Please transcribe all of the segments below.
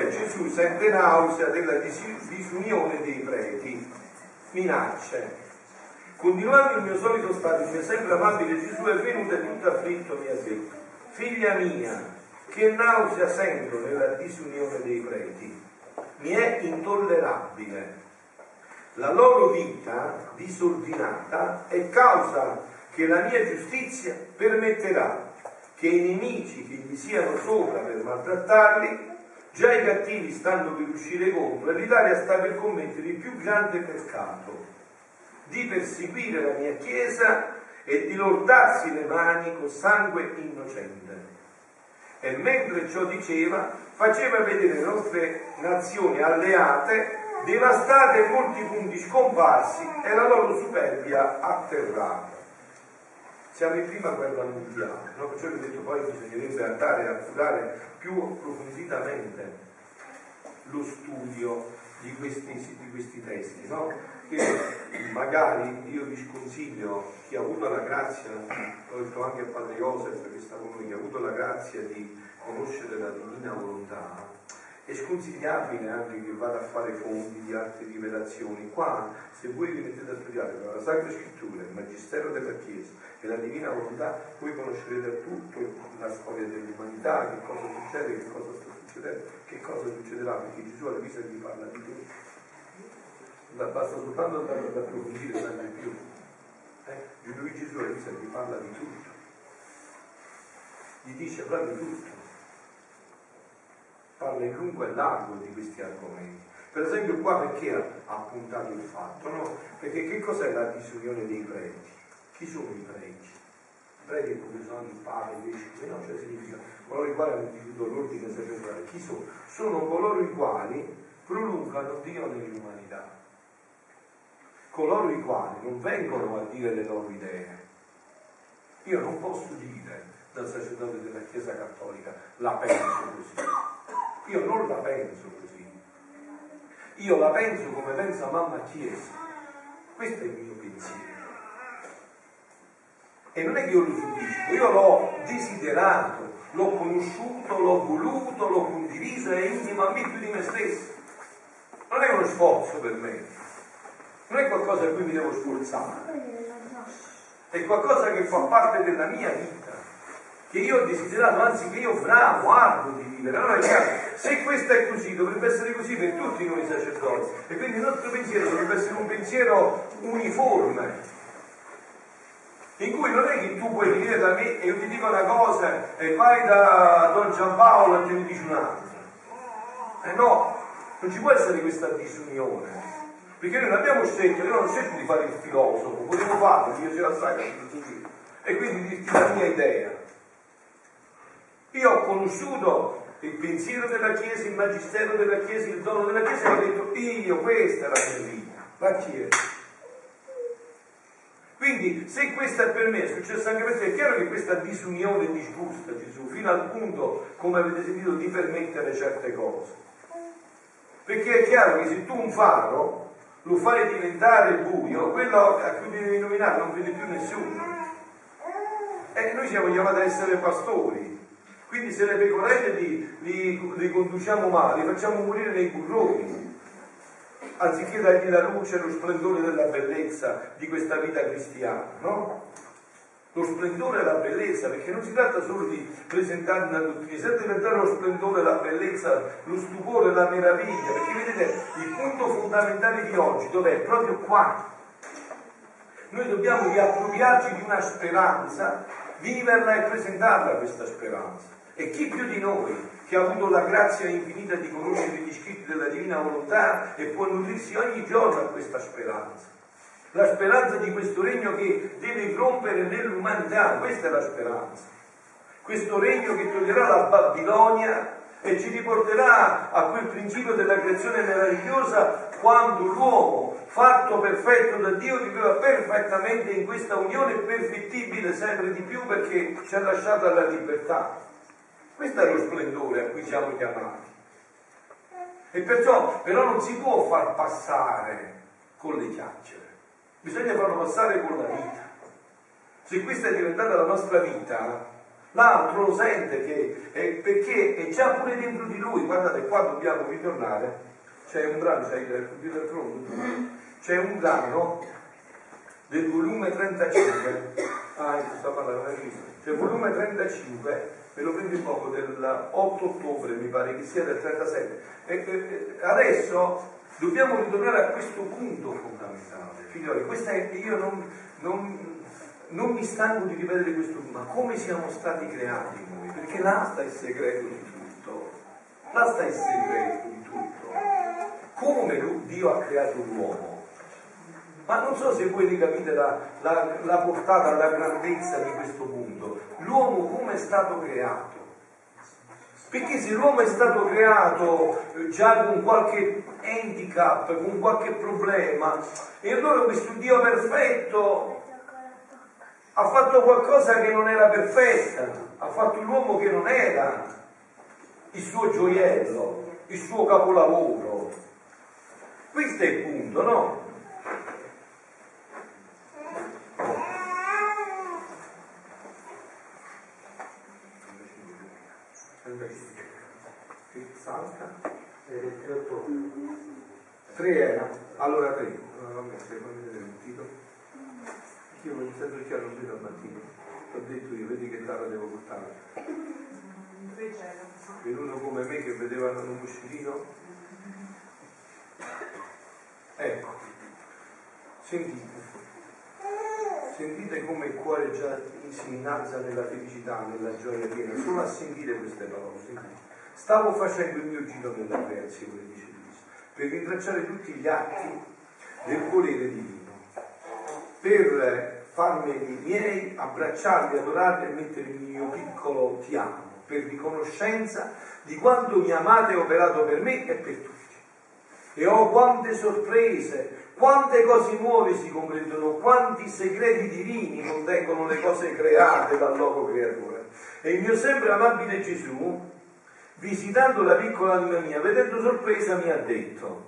Cioè Gesù sente nausea della disunione dei preti, minacce. Continuando il mio solito stato, il mio sempre amabile Gesù è venuto e tutto afflitto mi ha detto: figlia mia, che nausea sento nella disunione dei preti, mi è intollerabile. La loro vita disordinata è causa che la mia giustizia permetterà che i nemici che gli siano sopra per maltrattarli, già i cattivi stanno per uscire contro, e l'Italia sta per commettere il più grande peccato di perseguire la mia Chiesa e di lordarsi le mani con sangue innocente. E mentre ciò diceva, faceva vedere le nostre nazioni alleate devastate e molti punti scomparsi e la loro superbia atterrata. Siamo in prima guerra mondiale, no? Perciò vi ho detto poi bisognerebbe andare a curare più approfonditamente lo studio di questi testi, no? Che magari io vi sconsiglio, chi ha avuto la grazia, l'ho detto anche a Padre Joseph che sta con noi, chi ha avuto la grazia di conoscere la divina volontà, è sconsigliabile anche che vada a fare fonti di altre rivelazioni. Qua, se voi vi mettete a studiare la Sacra Scrittura, il Magistero della Chiesa e la Divina Volontà, voi conoscerete tutto la storia dell'umanità, che cosa succede, che cosa sta succedendo, che cosa succederà, perché Gesù alla Chiesa gli parla di tutto. Basta soltanto andare ad approfondire sempre più. Lui Gesù alla Chiesa gli parla di tutto. Gli dice proprio tutto. Parla in lungo e largo di questi argomenti. Per esempio qua perché ha puntato il fatto, no? Perché che cos'è la disunione dei preti? Chi sono i preti? I preti come sono il Papa, i vescovi, no? Cioè significa coloro i quali hanno istituito l'ordine sacerdotale. Chi sono? Sono coloro i quali prolungano Dio nell'umanità. Coloro i quali non vengono a dire le loro idee. Io non posso dire dal sacerdote della Chiesa Cattolica la penso così. Io non la penso così, io la penso come pensa mamma Chiesa, questo è il mio pensiero. E non è che io lo subisco, io l'ho desiderato, l'ho conosciuto, l'ho voluto, l'ho condiviso, è intimo a me più di me stesso. Non è uno sforzo per me, non è qualcosa a cui mi devo sforzare, è qualcosa che fa parte della mia vita, che io ho desiderato, anzi che io bramo, ardo di vivere. Allora è chiaro, se questo è così, dovrebbe essere così per tutti noi sacerdoti, e quindi il nostro pensiero dovrebbe essere un pensiero uniforme, in cui non è che tu puoi venire da me e io ti dico una cosa e vai da Don Giampaolo e te ne dici un'altra. No, non ci può essere questa disunione, perché noi non abbiamo scelto, io non ho scelto di fare il filosofo, potevo farlo, io ce la sai, e quindi dirti la mia idea. Io ho conosciuto il pensiero della Chiesa, il magistero della Chiesa, il dono della Chiesa, e ho detto io, questa è la mia vita, la Chiesa. Quindi se questo è per me, è successo anche per te, è chiaro che questa disunione disgusta Gesù, fino al punto, come avete sentito, di permettere certe cose. Perché è chiaro che se tu un faro lo fai diventare buio, quello a cui devi illuminare non vede più nessuno. E noi siamo chiamati ad essere pastori. Quindi se le pecorelle li conduciamo male, li facciamo morire nei burroni, anziché dargli la luce e lo splendore della bellezza di questa vita cristiana, no? Lo splendore e la bellezza, perché non si tratta solo di presentare una dottrina, si tratta di presentare lo splendore, la bellezza, lo stupore, la meraviglia, perché vedete, il punto fondamentale di oggi dov'è? Proprio qua. Noi dobbiamo riappropriarci di una speranza, viverla e presentarla questa speranza. E chi più di noi, che ha avuto la grazia infinita di conoscere gli scritti della Divina Volontà e può nutrirsi ogni giorno a questa speranza, la speranza di questo regno che deve irrompere nell'umanità, questa è la speranza, questo regno che toglierà la Babilonia e ci riporterà a quel principio della creazione meravigliosa, quando l'uomo fatto perfetto da Dio viveva perfettamente in questa unione, perfettibile sempre di più perché ci ha lasciato alla libertà. Questo è lo splendore a cui siamo chiamati. E perciò però non si può far passare con le chiacchiere, bisogna farlo passare con la vita. Se questa è diventata la nostra vita, l'altro lo sente perché è già pure dentro di lui. Guardate, qua dobbiamo ritornare, c'è un brano, c'è il computer pronto, c'è un brano del volume 35, sta parlando, c'è il volume 35, me lo prendo in poco, del 8 ottobre mi pare che sia, del 37, adesso dobbiamo ritornare a questo punto fondamentale, figlioli. Questa è, io non mi stanco di ripetere questo punto, ma come siamo stati creati noi, perché là sta il segreto di tutto, là sta il segreto di tutto, come Dio ha creato l'uomo. Ma non so se voi ricapite la portata, la grandezza di questo punto. L'uomo come è stato creato? Perché se l'uomo è stato creato già con qualche handicap, con qualche problema, e allora questo Dio perfetto ha fatto qualcosa che non era perfetta, ha fatto l'uomo che non era il suo gioiello, il suo capolavoro. Questo è il punto, no? Salta 3 era allora 3 io non sento chiaro qui dal mattino, ho detto io, vedi che tara devo portare, per uno come me che vedeva un uscirino, ecco, sentite come il cuore già si innalza nella felicità, nella gioia piena, solo a sentire queste parole. Sentite. Stavo facendo il mio giro nella creazione, dice Cristo, per rintracciare tutti gli atti del volere divino, per farmeli miei, abbracciarli, adorarli e mettere il mio piccolo ti amo, per riconoscenza di quanto mi amate e operato per me e per tutti. E oh, quante sorprese, quante cose nuove si comprendono, quanti segreti divini contengono le cose create dal loco creatore. E il mio sempre amabile Gesù, visitando la piccola anima mia, vedendo sorpresa, mi ha detto: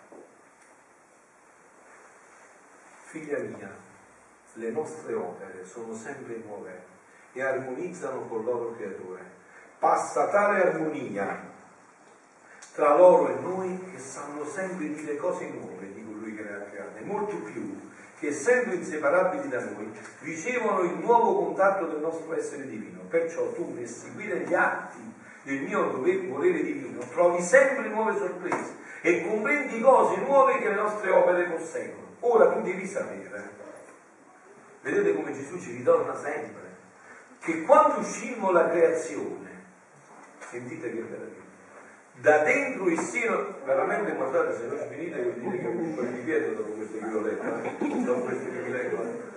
figlia mia, le nostre opere sono sempre nuove e armonizzano con il loro creatore. Passa tale armonia tra loro e noi che sanno sempre dire cose nuove di colui che le ha create, molto più che, essendo inseparabili da noi, ricevono il nuovo contatto del nostro essere divino. Perciò tu, nel seguire gli atti del mio volere divino, trovi sempre nuove sorprese e comprendi cose nuove che le nostre opere posseggono. Ora tu devi sapere, vedete come Gesù ci ritorna sempre, che quando uscimmo la creazione, sentite che meraviglia, da dentro il seno, veramente guardate, se non finite io vi dico che mi poi di piede dopo questo che vi ho letto, dopo questo che vi leggo,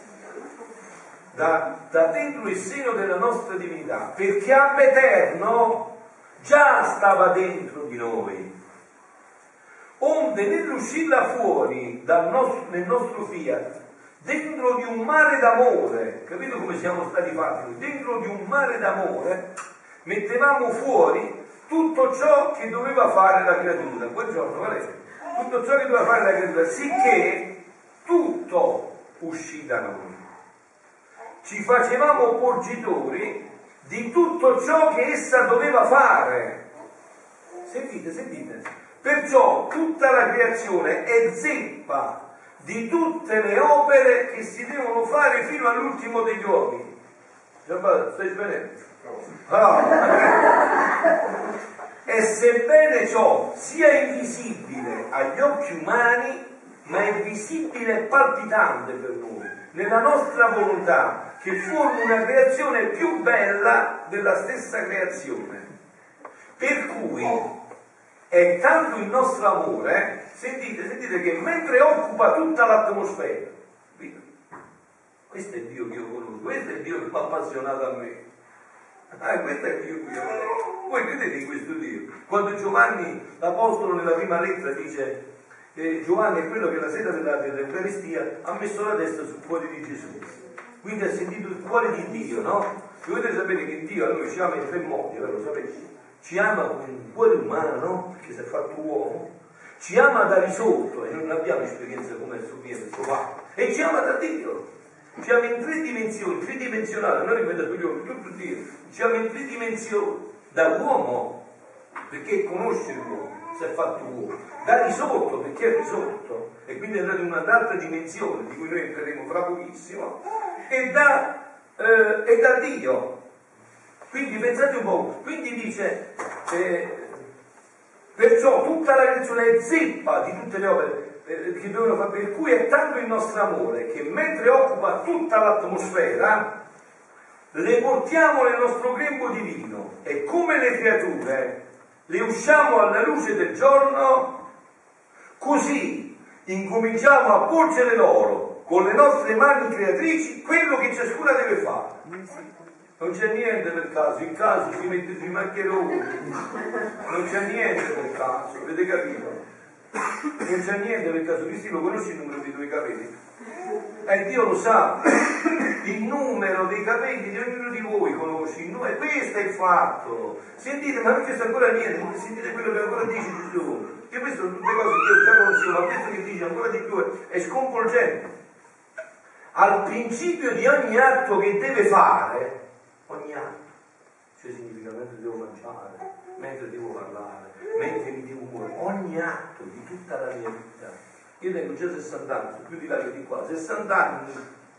da dentro il seno della nostra divinità, perché ab eterno già stava dentro di noi, onde nell'uscirla fuori nel nostro fiat, dentro di un mare d'amore, capito come siamo stati fatti? Dentro di un mare d'amore mettevamo fuori tutto ciò che doveva fare la creatura. Buongiorno, Valeria. Tutto ciò che doveva fare la creatura, sicché tutto uscì da noi. Ci facevamo porgitori di tutto ciò che essa doveva fare. Sentite. Perciò tutta la creazione è zeppa di tutte le opere che si devono fare fino all'ultimo degli uomini. Stai svenendo? E sebbene ciò sia invisibile agli occhi umani, ma è visibile e palpitante per noi, nella nostra volontà, che forma una creazione più bella della stessa creazione. Per cui è tanto il nostro amore, sentite che mentre occupa tutta l'atmosfera, questo è il Dio che io conosco, questo è il Dio che mi ha appassionato a me. Questo è il Dio che io conosco. Voi credete in questo Dio? Quando Giovanni, l'Apostolo, nella prima lettera dice Giovanni è quello che la sera dell'Eucaristia ha messo la testa sul cuore di Gesù. Quindi ha sentito il cuore di Dio, no? E voi dovete sapere che Dio a noi ci ama in 3 modi, lo sapete? Ci ama con il cuore umano, perché si è fatto uomo, ci ama da risolto, e non abbiamo esperienza come il suo figlio, il suo padre, e ci ama da Dio. Siamo in 3 dimensioni, tridimensionale, non ripeto più tutto Dio, siamo in 3 dimensioni, da uomo, perché conosce l'uomo, si è fatto uomo, da risorto, perché è risorto, e quindi è entrato in un'altra dimensione, di cui noi entreremo fra pochissimo, e da Dio. Quindi pensate un po', quindi dice, perciò tutta la creazione è zeppa di tutte le opere che devono fare, per cui è tanto il nostro amore che mentre occupa tutta l'atmosfera le portiamo nel nostro grembo divino e come le creature le usciamo alla luce del giorno, così incominciamo a porgere loro con le nostre mani creatrici quello che ciascuna deve fare. Non c'è niente per caso, in caso si mette sui maccheroni, non c'è niente per caso, avete capito? Non c'è niente per caso. Cristi lo conosci il numero dei tuoi capelli? Dio lo sa, il numero dei capelli di ognuno di voi conosci, questo è il fatto. Sentite, ma non c'è ancora niente, sentite quello che ancora dice Gesù, che queste sono tutte cose che io già conoscevo, ma questo che dice ancora di più è sconvolgente. Al principio di ogni atto che deve fare, ogni atto, cioè significa mentre devo mangiare, mentre devo parlare, mentre mi devo muovere, ogni atto di tutta la mia vita. Io tengo già 60 anni, sono più di là che di qua, 60 anni,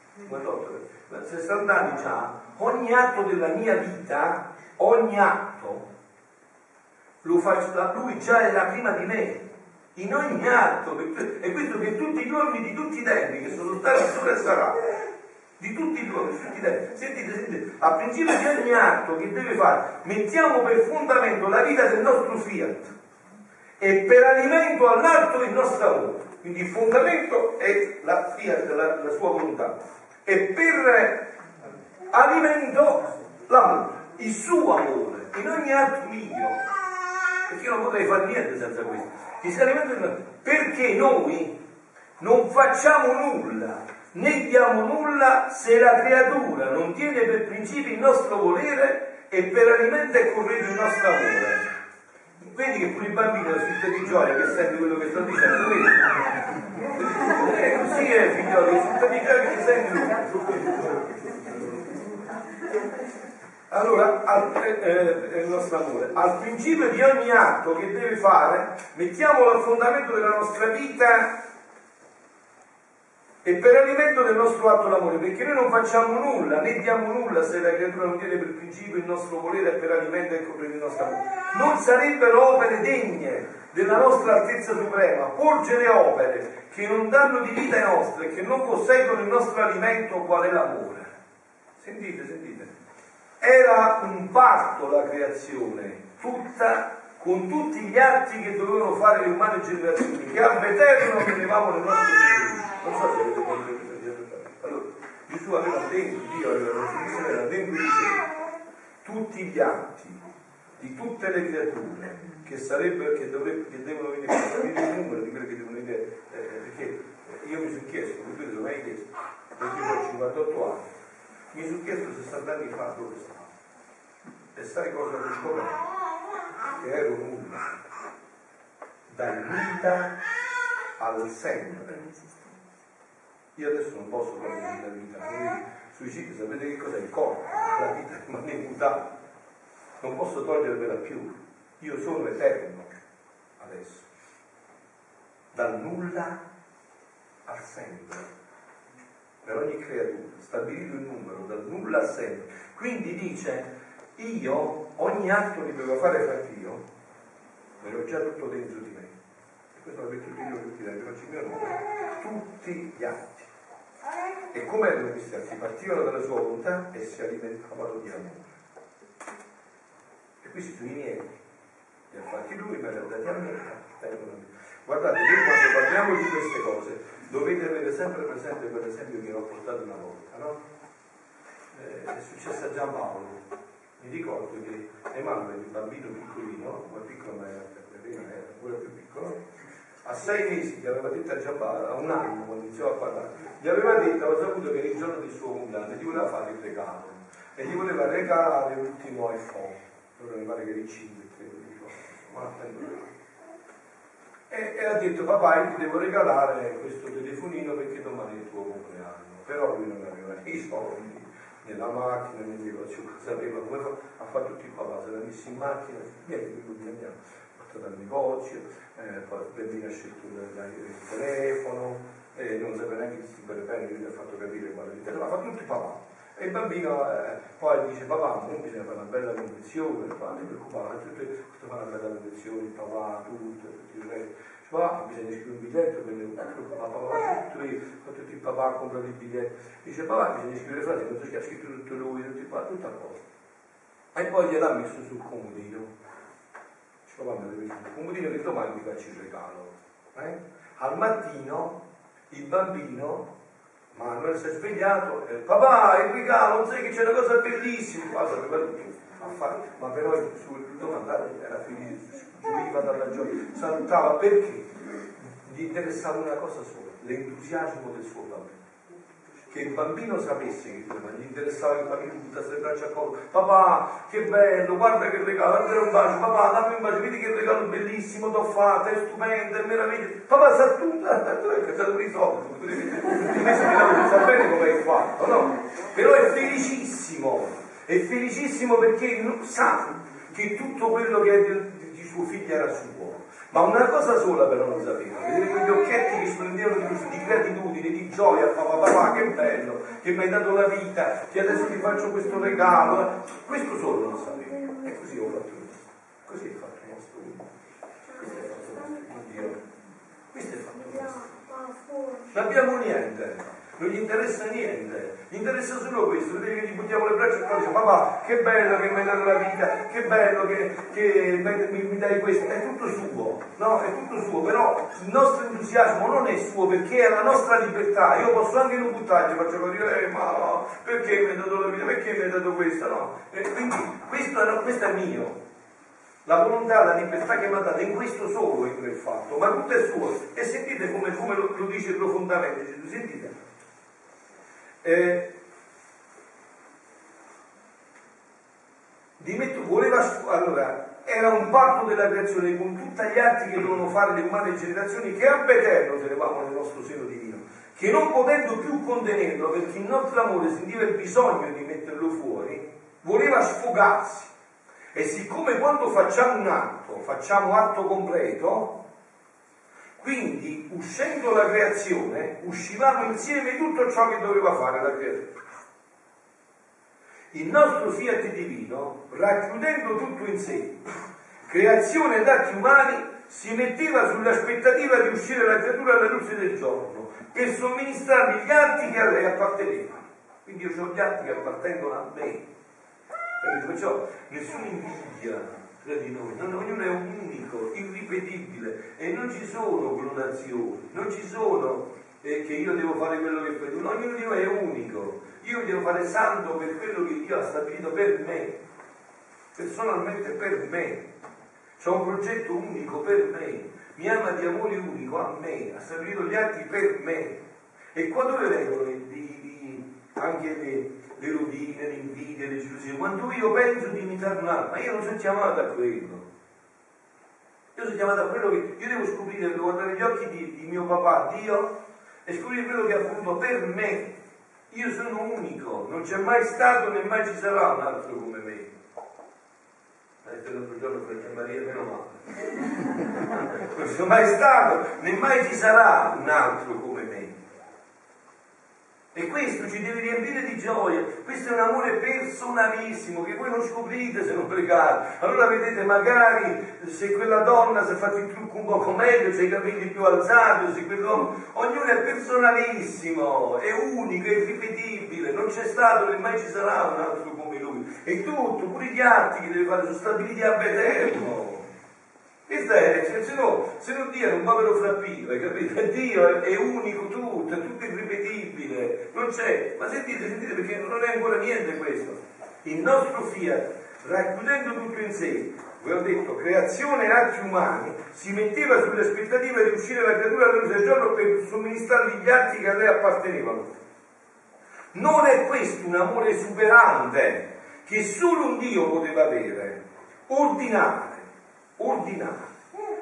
60 anni già, ogni atto della mia vita, ogni atto, lo faccio, lui già era prima di me, in ogni atto, e questo per tutti i giorni di tutti i tempi che sono stati sopra e sarà. Di tutti i giorni, tutti i tempi. Sentite, a principio di ogni atto che deve fare, mettiamo per fondamento la vita del nostro fiat e per alimento all'altro il nostro amore. Quindi il fondamento è la fiat, la sua volontà, e per alimento l'amore, il suo amore, in ogni atto mio, perché io non potrei fare niente senza questo. Perché noi non facciamo nulla, né diamo nulla se la creatura non tiene per principio il nostro volere e per alimento è corretto il nostro amore. Vedi che pure i bambini hanno scritto di gioia che sente quello che sto dicendo, vedi? Così è, figlioli, scritto di gioia che sente. Allora, il nostro amore, al principio di ogni atto che deve fare, mettiamolo al fondamento della nostra vita e per alimento del nostro atto d'amore, perché noi non facciamo nulla, né diamo nulla se la creatura non tiene per principio il nostro volere e per alimento e coprire il nostro amore. Non sarebbero opere degne della nostra altezza suprema, porgere opere che non danno di vita ai nostri e che non posseggono il nostro alimento qual è l'amore. Sentite. Era un parto la creazione, tutta, con tutti gli atti che dovevano fare le umane generazioni, che ab eterno tenevamo le nostre generazioni. Non so se avete capito. Allora, Gesù aveva dentro, Dio aveva dentro di sé tutti gli atti di tutte le creature che devono venire a sapere il numero di quelle che devono venire, perché io mi sono chiesto, voi due mai chiesto, perché ho 58 anni, mi sono chiesto 60 anni fa dove stavo. E sai cosa ho scoperto? Che ero nulla, dal nulla al sempre. Io adesso non posso togliere la vita, suicidio, sapete che cos'è? Il corpo, la vita rimane mutata, non posso togliervela più, io sono eterno adesso, dal nulla al sempre, per ogni creatura, stabilito il numero, dal nulla al sempre. Quindi dice, io ogni atto che devo fare fra Dio, me l'ho già tutto dentro di me, e questo l'ho detto io tutti i tempi, non ci mio nome, tutti gli atti. E come erano questi atti? Partivano dalla sua volontà e si alimentavano di amore. E questi sono i miei, li ha fatti lui, me li ha dati a me, tengono a me. Guardate, voi quando parliamo di queste cose dovete avere sempre presente quell'esempio che ho portato una volta, no? È successo a Giampaolo. Mi ricordo che Emanuele, il bambino piccolino, come piccolo ma era ancora più piccolo, a 6 mesi gli aveva detto a Giampaolo, a un anno quando iniziò a parlare, gli aveva detto, aveva saputo che era il giorno del suo compleanno, gli voleva fare il regalo e gli voleva regalare l'ultimo iPhone, allora mi pare che era il 5, credo, mi ricordo, e ha detto, papà, io ti devo regalare questo telefonino perché domani è il tuo compleanno. però lui non aveva né i soldi, né la macchina, né il negozio, sapeva come fa, ha fatto tutto il papà, si era messo in macchina, vieni, andiamo, portato al negozio, poi Bambino ha scelto il telefono, non sapeva neanche distinguere bene, lui gli ha fatto capire quale di telefono, ha fatto tutto il papà. E il bambino poi dice: papà, non bisogna fare una bella condizione, non ti preoccupare, tutto fa una bella condizione, il papà, tutto il resto. Dice: papà, bisogna scrivere un biglietto, quindi non ti preoccupare, papà, tutto il papà compra il biglietto. Dice: papà, bisogna scrivere le frasi, non so che ha scritto tutto lui, tutta cosa. E poi gliel'ha messo sul comodino. Dice: papà, me l'hai messo sul comodino che domani ti faccio il regalo. Al mattino il bambino Manuel si è svegliato e papà, il regalo, non sai che c'è una cosa bellissima, qua sapeva tutto a fare, ma però sul domandare era felice, gioiva dalla gioia, saltava perché gli interessava una cosa sola, l'entusiasmo del suo bambino. Che il bambino sapesse che gli interessava che il bambino buttasse le braccia a collo, papà, che bello, guarda che regalo, dammi un bacio, papà, dammi un bacio, vedi che regalo bellissimo t'ho fatto, è stupendo, è meraviglioso, papà sa tutto, è stato risolto, sa bene come hai fatto, no? Però è felicissimo perché sa che tutto quello che è di suo figlio era suo. Ma una cosa sola però non sapeva, vedere quegli occhietti che splendevano di gratitudine, di gioia, papà, che bello, che mi hai dato la vita, che adesso ti faccio questo regalo, questo solo non sapeva. E così ho fatto io, così è fatto il nostro uomo, questo è fatto Dio, questo è fatto nostro. Non abbiamo niente. Non gli interessa niente, gli interessa solo questo, vedere che gli buttiamo le braccia e poi dice: papà, che bello che mi hai dato la vita, che bello che mi dai questo, è tutto suo, no? È tutto suo, però il nostro entusiasmo non è suo perché è la nostra libertà, io posso anche non buttarci, faccio dire, ma no, perché mi hai dato la vita, perché mi hai dato questa, no? E quindi questo è mio. La volontà, la libertà che mi ha dato in questo solo è il fatto, ma tutto è suo. E sentite come lo dice profondamente Gesù, sentite. Allora, era un patto della creazione con tutti gli atti che dovevano fare le umane generazioni, che ab eterno tenevamo nel nostro seno divino, che non potendo più contenerlo perché il nostro amore sentiva il bisogno di metterlo fuori, voleva sfogarsi. E siccome quando facciamo un atto, facciamo atto completo, quindi uscendo la creazione, uscivamo insieme tutto ciò che doveva fare la creatura. Il nostro fiat divino, racchiudendo tutto in sé, creazione ed atti umani, si metteva sull'aspettativa di uscire la creatura alla luce del giorno per somministrargli gli atti che a lei appartenevano. Quindi io ho gli atti che appartengono a me. Perciò nessuna invidia tra di noi, ognuno è unico, irripetibile e non ci sono clonazioni, non ci sono che io devo fare quello che fai tu, no, ognuno di noi è unico, io devo fare santo per quello che Dio ha stabilito per me, personalmente per me, c'è un progetto unico per me, mi ama di amore unico a me, ha stabilito gli atti per me. E quando vengono anche le rovine, le invidie, le gelosie, quando io penso di imitare un altro, ma io non sono chiamato a quello, io sono chiamato a quello che io devo scoprire, devo guardare gli occhi di mio papà, Dio, e scoprire quello che ha voluto per me. Io sono unico, non c'è mai stato né mai ci sarà un altro come me. L'altro giorno Francia Maria, meno male, non c'è mai stato né mai ci sarà un altro come me. E questo ci deve riempire di gioia, questo è un amore personalissimo che voi non scoprite se non pregate. Allora vedete, magari se quella donna si è fatto il trucco un poco meglio, se i capelli più alzati, se quell'uomo, ognuno è personalissimo, è unico, è irripetibile, non c'è stato né mai ci sarà un altro come lui. E tutto, pure gli atti che deve fare sono stabiliti ab eterno. Questo è, se non Dio è un povero frappino, capite? Dio è unico tutto, è tutto irripetibile, non c'è. Ma sentite perché non è ancora niente questo. Il nostro fiat, racchiudendo tutto in sé, vi ho detto, creazione e atti umani, si metteva sulle aspettative di uscire la creatura alla luce del giorno per somministrargli gli atti che a lei appartenevano. Non è questo un amore esuberante che solo un Dio poteva avere, ordinare,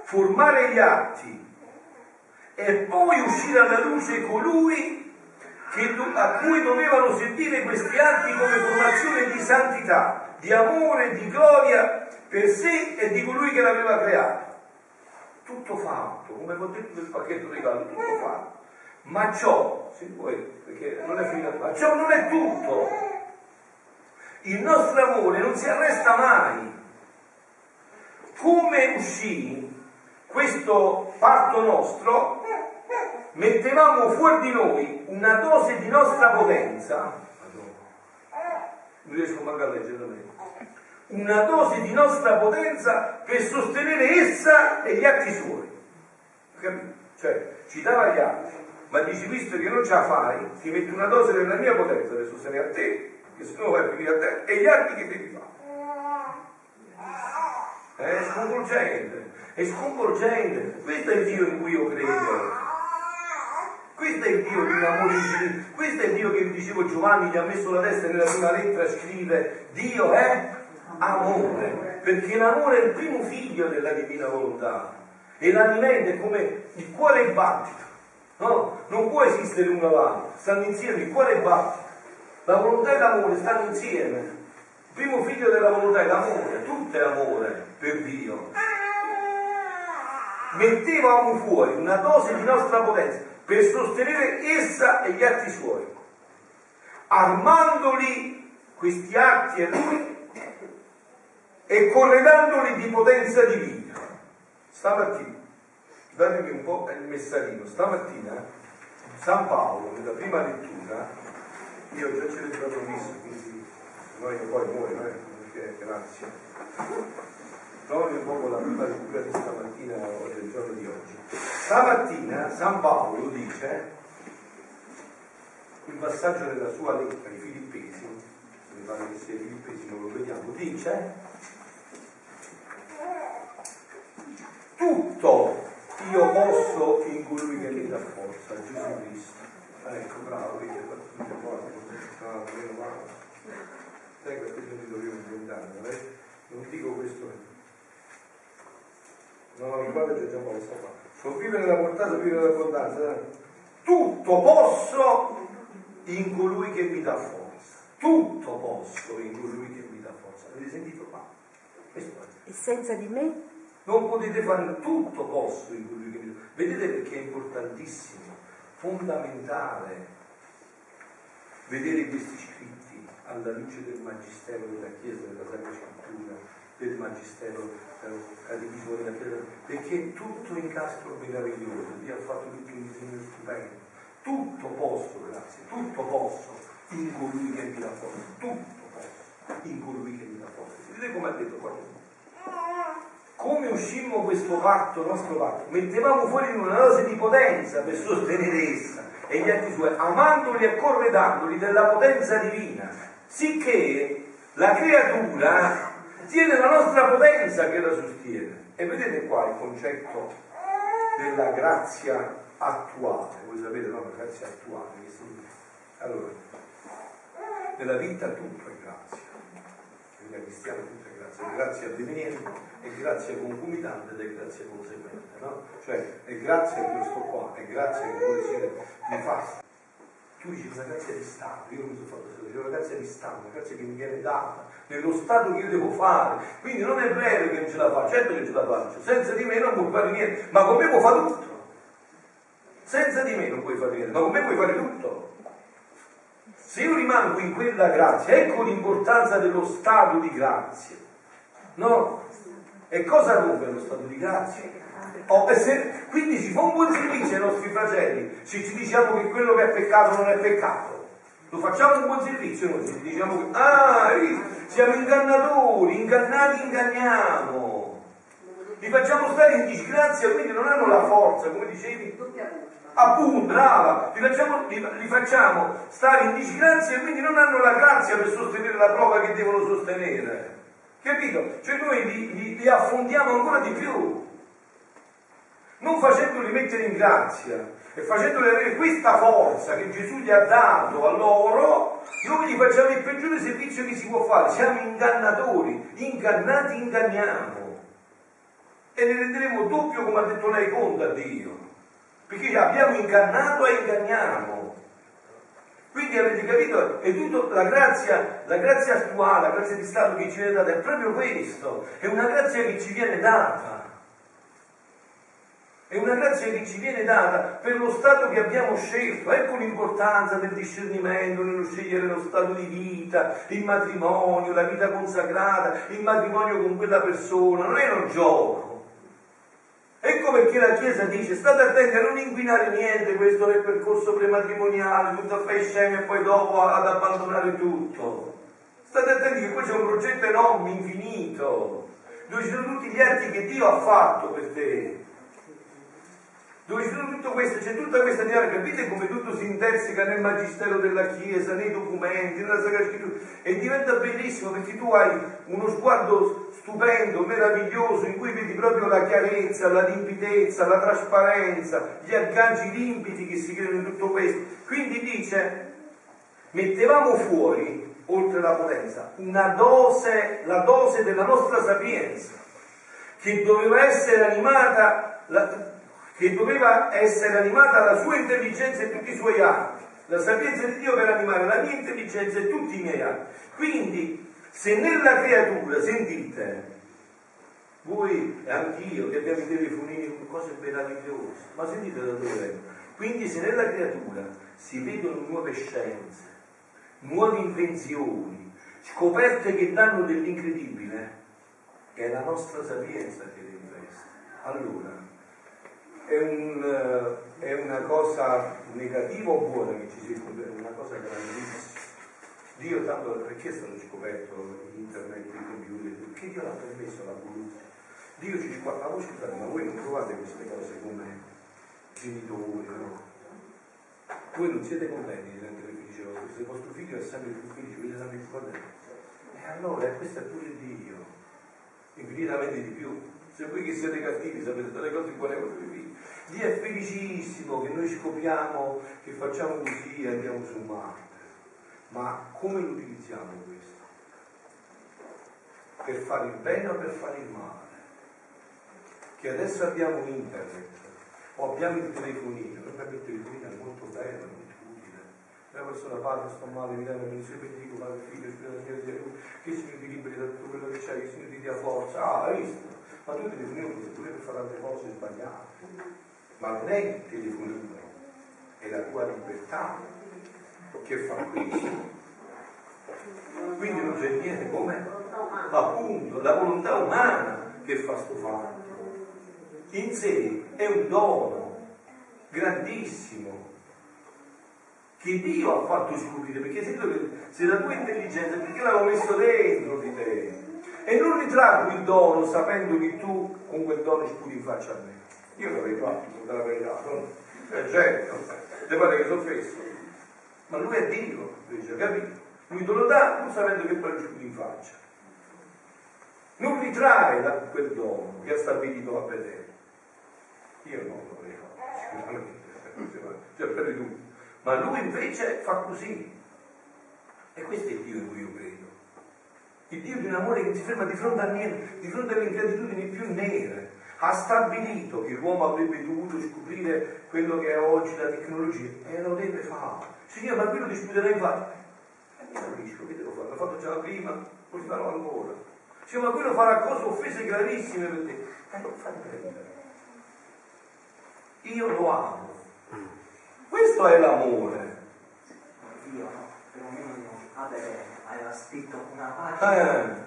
formare gli atti e poi uscire alla luce colui a cui dovevano servire questi atti come formazione di santità, di amore, di gloria per sé e di colui che l'aveva creato. Tutto fatto, come ho detto del pacchetto regalo, tutto fatto. Ma ciò, se vuoi, perché non è finita qua, ciò non è tutto. Il nostro amore non si arresta mai. Come uscì questo patto nostro, mettevamo fuori di noi una dose di nostra potenza, non riesco manco a leggere da me, una dose di nostra potenza per sostenere essa e gli atti suoi. Capito? Cioè, ci dava gli atti, ma dici, visto che non ce la fai, ti metto una dose della mia potenza per sostenere a te, che se no vai a finire a te, e gli atti che devi fare. È sconvolgente, è sconvolgente. Questo è il Dio in cui io credo. Questo è il Dio di un amore infinito. Questo è il Dio che vi dicevo Giovanni gli ha messo la testa nella prima lettera, scrive: Dio è amore, perché l'amore è il primo figlio della divina volontà e l'alimenta è come il cuore e il battito, no? Non può esistere uno all'altro, stanno insieme il cuore e il battito, la volontà e l'amore stanno insieme. Il primo figlio della volontà è l'amore, tutto è amore per Dio. Mettevamo fuori una dose di nostra potenza per sostenere essa e gli atti suoi, armandoli questi atti a lui e corredandoli di potenza divina. Stamattina, datemi un po' il messaggino, stamattina San Paolo nella prima lettura, io ho già celebrato messa, quindi noi poi muore, perché grazie. Proprio un po' la prima lettura di stamattina o del giorno di oggi. Stamattina San Paolo dice, il passaggio della sua lettera ai Filippesi, mi pare che sia i Filippesi, non lo vediamo, dice: tutto io posso in colui che mi dà forza, Gesù Cristo. Ecco, bravo, vedi, meno male. Sai che questo mi dovevo inventare, non dico questo. No, mi guarda già Paolo sta qua. Non vivere nella portata, vivere nell'abbondanza. Tutto posso in colui che mi dà forza. Tutto posso in colui che mi dà forza. Avete sentito qua? Questo è. E senza di me? Non potete fare, tutto posso in colui che mi dà forza. Vedete perché è importantissimo, fondamentale vedere questi scritti alla luce del magistero della Chiesa, della Sacra Scrittura, del magistero catechismo della Chiesa, perché è tutto incastro meraviglioso. Dio ha fatto tutto in disegno stupendo. Tutto posso, grazie, tutto posso in colui che mi dà forza. Tutto posso in colui che mi dà forza. Vedete come ha detto qua? Come uscimmo questo patto, nostro patto? Mettevamo fuori una dose di potenza per sostenere essa e gli atti suoi, amandoli e corredandoli della potenza divina, sicché la creatura tiene la nostra potenza che la sostiene. E vedete qua il concetto della grazia attuale. Voi sapete, no? La grazia attuale. Allora, nella vita tutto è grazia. Nella vita cristiana tutto è grazia. È grazia avveniente, è grazia concomitante ed è grazia conseguente, no? Cioè, è grazia che io sto qua, è grazia che voi siete mi fa. Tu dici una grazia di Stato, io mi sono fatto una grazia di Stato, una grazia che mi viene data nello stato che io devo fare, quindi non è vero che non ce la faccio, certo che ce la faccio, senza di me non puoi fare niente, ma con me puoi fare tutto, senza di me non puoi fare niente, ma con me puoi fare tutto. Se io rimango in quella grazia, ecco l'importanza dello stato di grazia, no? E cosa rompe lo stato di grazia? Quindi ci fa un buon servizio ai nostri fratelli se ci diciamo che quello che è peccato non è peccato. Lo facciamo un buon servizio noi, ci diciamo che siamo ingannatori, ingannati inganniamo, li facciamo stare in disgrazia, quindi non hanno la forza, come dicevi, appunto, brava, li facciamo stare in disgrazia e quindi non hanno la grazia per sostenere la prova che devono sostenere, capito? Cioè noi li affondiamo ancora di più, non facendoli mettere in grazia e facendoli avere questa forza che Gesù gli ha dato a loro. Noi gli facciamo il peggiore servizio che si può fare, siamo ingannatori, ingannati inganniamo e ne renderemo doppio, come ha detto lei, conto a Dio, perché abbiamo ingannato e inganniamo. Quindi avete capito? È tutta la grazia attuale, la grazia di Stato che ci viene data, è proprio questo, è una grazia che ci viene data. È una grazia che ci viene data per lo stato che abbiamo scelto. Ecco l'importanza del discernimento nello scegliere lo stato di vita, il matrimonio, la vita consacrata, il matrimonio con quella persona. Non è un gioco. Ecco perché la Chiesa dice: state attenti a non inquinare niente, questo nel percorso prematrimoniale, tutto a fare scemi e poi dopo ad abbandonare tutto. State attenti che poi c'è un progetto enorme, infinito, dove ci sono tutti gli atti che Dio ha fatto per te. Dove c'è tutto questo, c'è tutta questa dinamica, capite come tutto si interseca nel magistero della Chiesa, nei documenti, nella Sacra Scrittura, e diventa bellissimo perché tu hai uno sguardo stupendo, meraviglioso, in cui vedi proprio la chiarezza, la limpidezza, la trasparenza, gli agganci limpidi che si creano in tutto questo. Quindi dice, mettevamo fuori, oltre la potenza, la dose della nostra sapienza, che doveva essere animata alla sua intelligenza e tutti i suoi atti, la sapienza di Dio per animare la mia intelligenza e tutti i miei atti. Quindi, se nella creatura, sentite, voi e anch'io che abbiamo i telefonini con cose meravigliose, ma sentite da dove vengono. Quindi, se nella creatura si vedono nuove scienze, nuove invenzioni, scoperte che danno dell'incredibile, è la nostra sapienza che le investe. Allora, è una cosa negativa o buona che ci sia? È una cosa grandissima. Dio tanto, perché è stato scoperto internet, i computer, perché Dio l'ha permesso, l'ha voluto. Dio ci guarda, ma voi non trovate queste cose come genitori, no? Voi non siete contenti di rendere felice vostro, se vostro figlio è sempre più felice, voi siete sempre più contenti. E allora questo è pure Dio, infinitamente di più. Se voi che siete cattivi sapete delle cose buone per i figli, Dio è felicissimo che noi scopriamo, che facciamo così e andiamo su Marte. Ma come lo utilizziamo questo? Per fare il bene o per fare il male? Che adesso abbiamo internet o abbiamo il telefonino, noi abbiamo il telefonino, è molto bello, molto utile. Una persona parla, sto male, mi danno il suo benedico, padre, figlio, spirito di Dio, che il Signore ti liberi da tutto quello che c'hai, che il Signore ti dia forza. Ah, hai visto? Ma tu il telefonino lo usi pure per fare altre cose sbagliate. Ma non è il telefonino, è la tua libertà che fa questo. Quindi non c'è niente come appunto la volontà umana che fa sto fatto. In sé è un dono grandissimo che Dio ha fatto scoprire, perché se la tua intelligenza, perché l'avevo messo dentro di te, e non ritraggo il dono sapendo che tu con quel dono sputi in faccia a me. Io l'avrei fatto, della verità, no? Certo, te pare che sono fesso, ma lui è Dio, invece, capito? Lui te lo dà pur sapendo che poi lo sputi in faccia. Non ritrae quel dono che ha stabilito a vedere. Io non lo l'avrei fatto, sicuramente, cioè per tutti. Ma lui invece fa così. E questo è il Dio in cui io credo. Il Dio di un amore che si ferma di fronte a niente, di fronte alle ingratitudini più nere. Ha stabilito che l'uomo avrebbe dovuto scoprire quello che è oggi la tecnologia e lo deve fare. Signore, ma quello disputerà in faccia. Io capisco, che devo fare? L'ho fatto già prima, poi farò ancora. Signore, ma quello farà cose offese gravissime per te. Non fai prendere. Io lo amo. Questo è l'amore. Dio, perlomeno Abele aveva scritto una pagina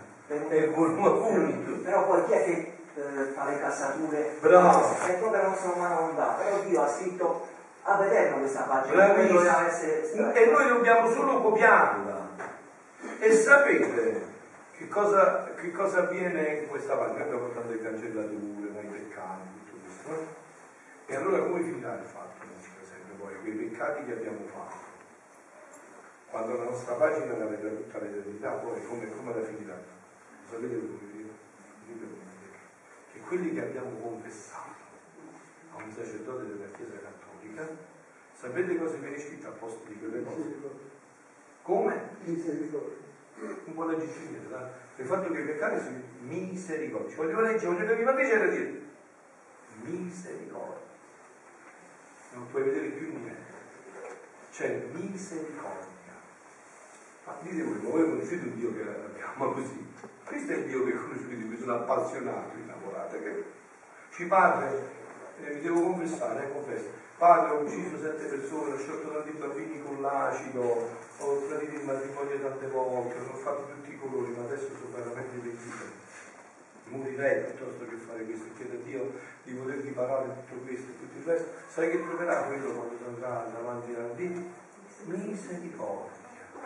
però poi chi è che fa le casature? Bravo. È proprio la nostra umana volontà, però Dio ha scritto a vederlo questa pagina e noi dobbiamo solo copiarla. E sapete che cosa avviene in questa pagina? Abbiamo parlato di cancellature, dai peccati, tutto questo, no? E allora come finirà il fatto? Poi quei peccati che abbiamo fatto, quando la nostra pagina la vedrà tutta l'eternità, poi come la finirà? Sapete come dire? Che quelli che abbiamo confessato a un sacerdote della Chiesa Cattolica, sapete cosa viene scritto al posto di quelle cose? Come? Misericordia. Un po' da giustizia, il fatto che i peccati sono misericordia. Voglio leggere, voglio capire, ma che c'era dire? Misericordia. Non puoi vedere più niente. c'è misericordia. Ma dite voi conoscete un Dio che ama così? Questo è il Dio che conoscete, di cui sono appassionato, innamorato, che ci parla, mi devo confessare, confesso. Padre, ho ucciso 7 persone, ho sciolto tanti bambini con l'acido, ho tradito il matrimonio tante volte, ho fatto tutti i colori, ma adesso sono veramente pentito. Morirei piuttosto che fare questo, chiedo a Dio di poter riparare tutto questo e tutto il resto. Sai che troverà quello quando andrà davanti a Dio? Misericordia.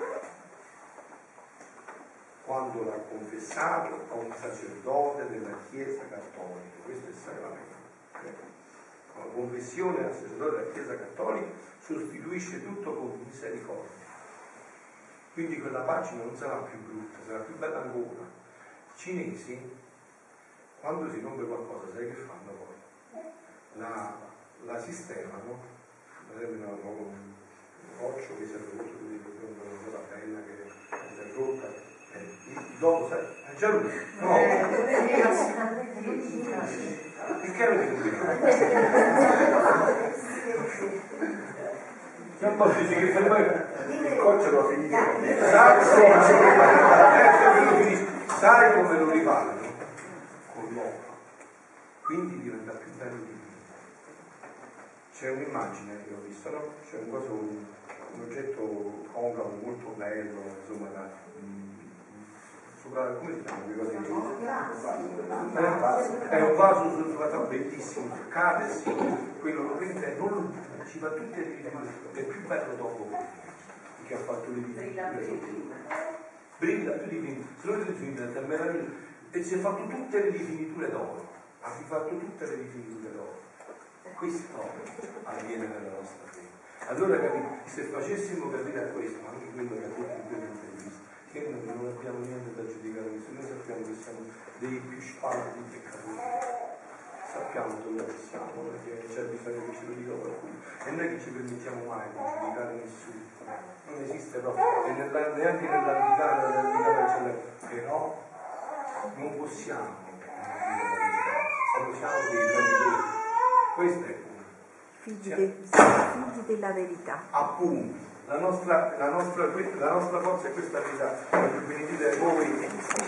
Quando l'ha confessato a un sacerdote della Chiesa Cattolica, questo è il sacramento. La confessione al sacerdote della Chiesa Cattolica sostituisce tutto con misericordia. Quindi quella pagina non sarà più brutta, sarà più bella ancora. I cinesi, quando si rompe qualcosa, sai che fanno poi? La sistemano, prendono un roccio che si è rotto, prendono una cosa bella che si è rotta. Dopo sai, è già lui. No. Perché non ti non posso dire che il coccio lo finisce. Sai come lo riparano? Con l'opera. Quindi diventa più bello di più. C'è un'immagine che ho visto, no? C'è un oggetto concavo molto bello, insomma, come si chiama quelle cose? È un vaso sul bellissimo, cade, sì, quello lo prende e non lo butta, ci va tutte le rifiniture, è più bello dopo che ha fatto le rifiniture. Brilla più di prima, se non le rifiniture è meraviglioso, e si è fatto tutte le rifiniture d'oro, ha rifatto tutte le rifiniture d'oro. Questo avviene nella nostra fede. Allora capite, se facessimo capire a questo, anche quello che ha detto in quell'intervista, che noi non abbiamo niente da giudicare, noi sappiamo che siamo dei più sparati peccatori, sappiamo dove siamo, perché c'è bisogno che ce lo dica qualcuno, e noi che ci permettiamo mai di giudicare nessuno, non esiste proprio, e neanche nell'antichità però non possiamo siamo dei traditori, questo è figli della verità. Appunto, la nostra forza è questa verità. Benedite voi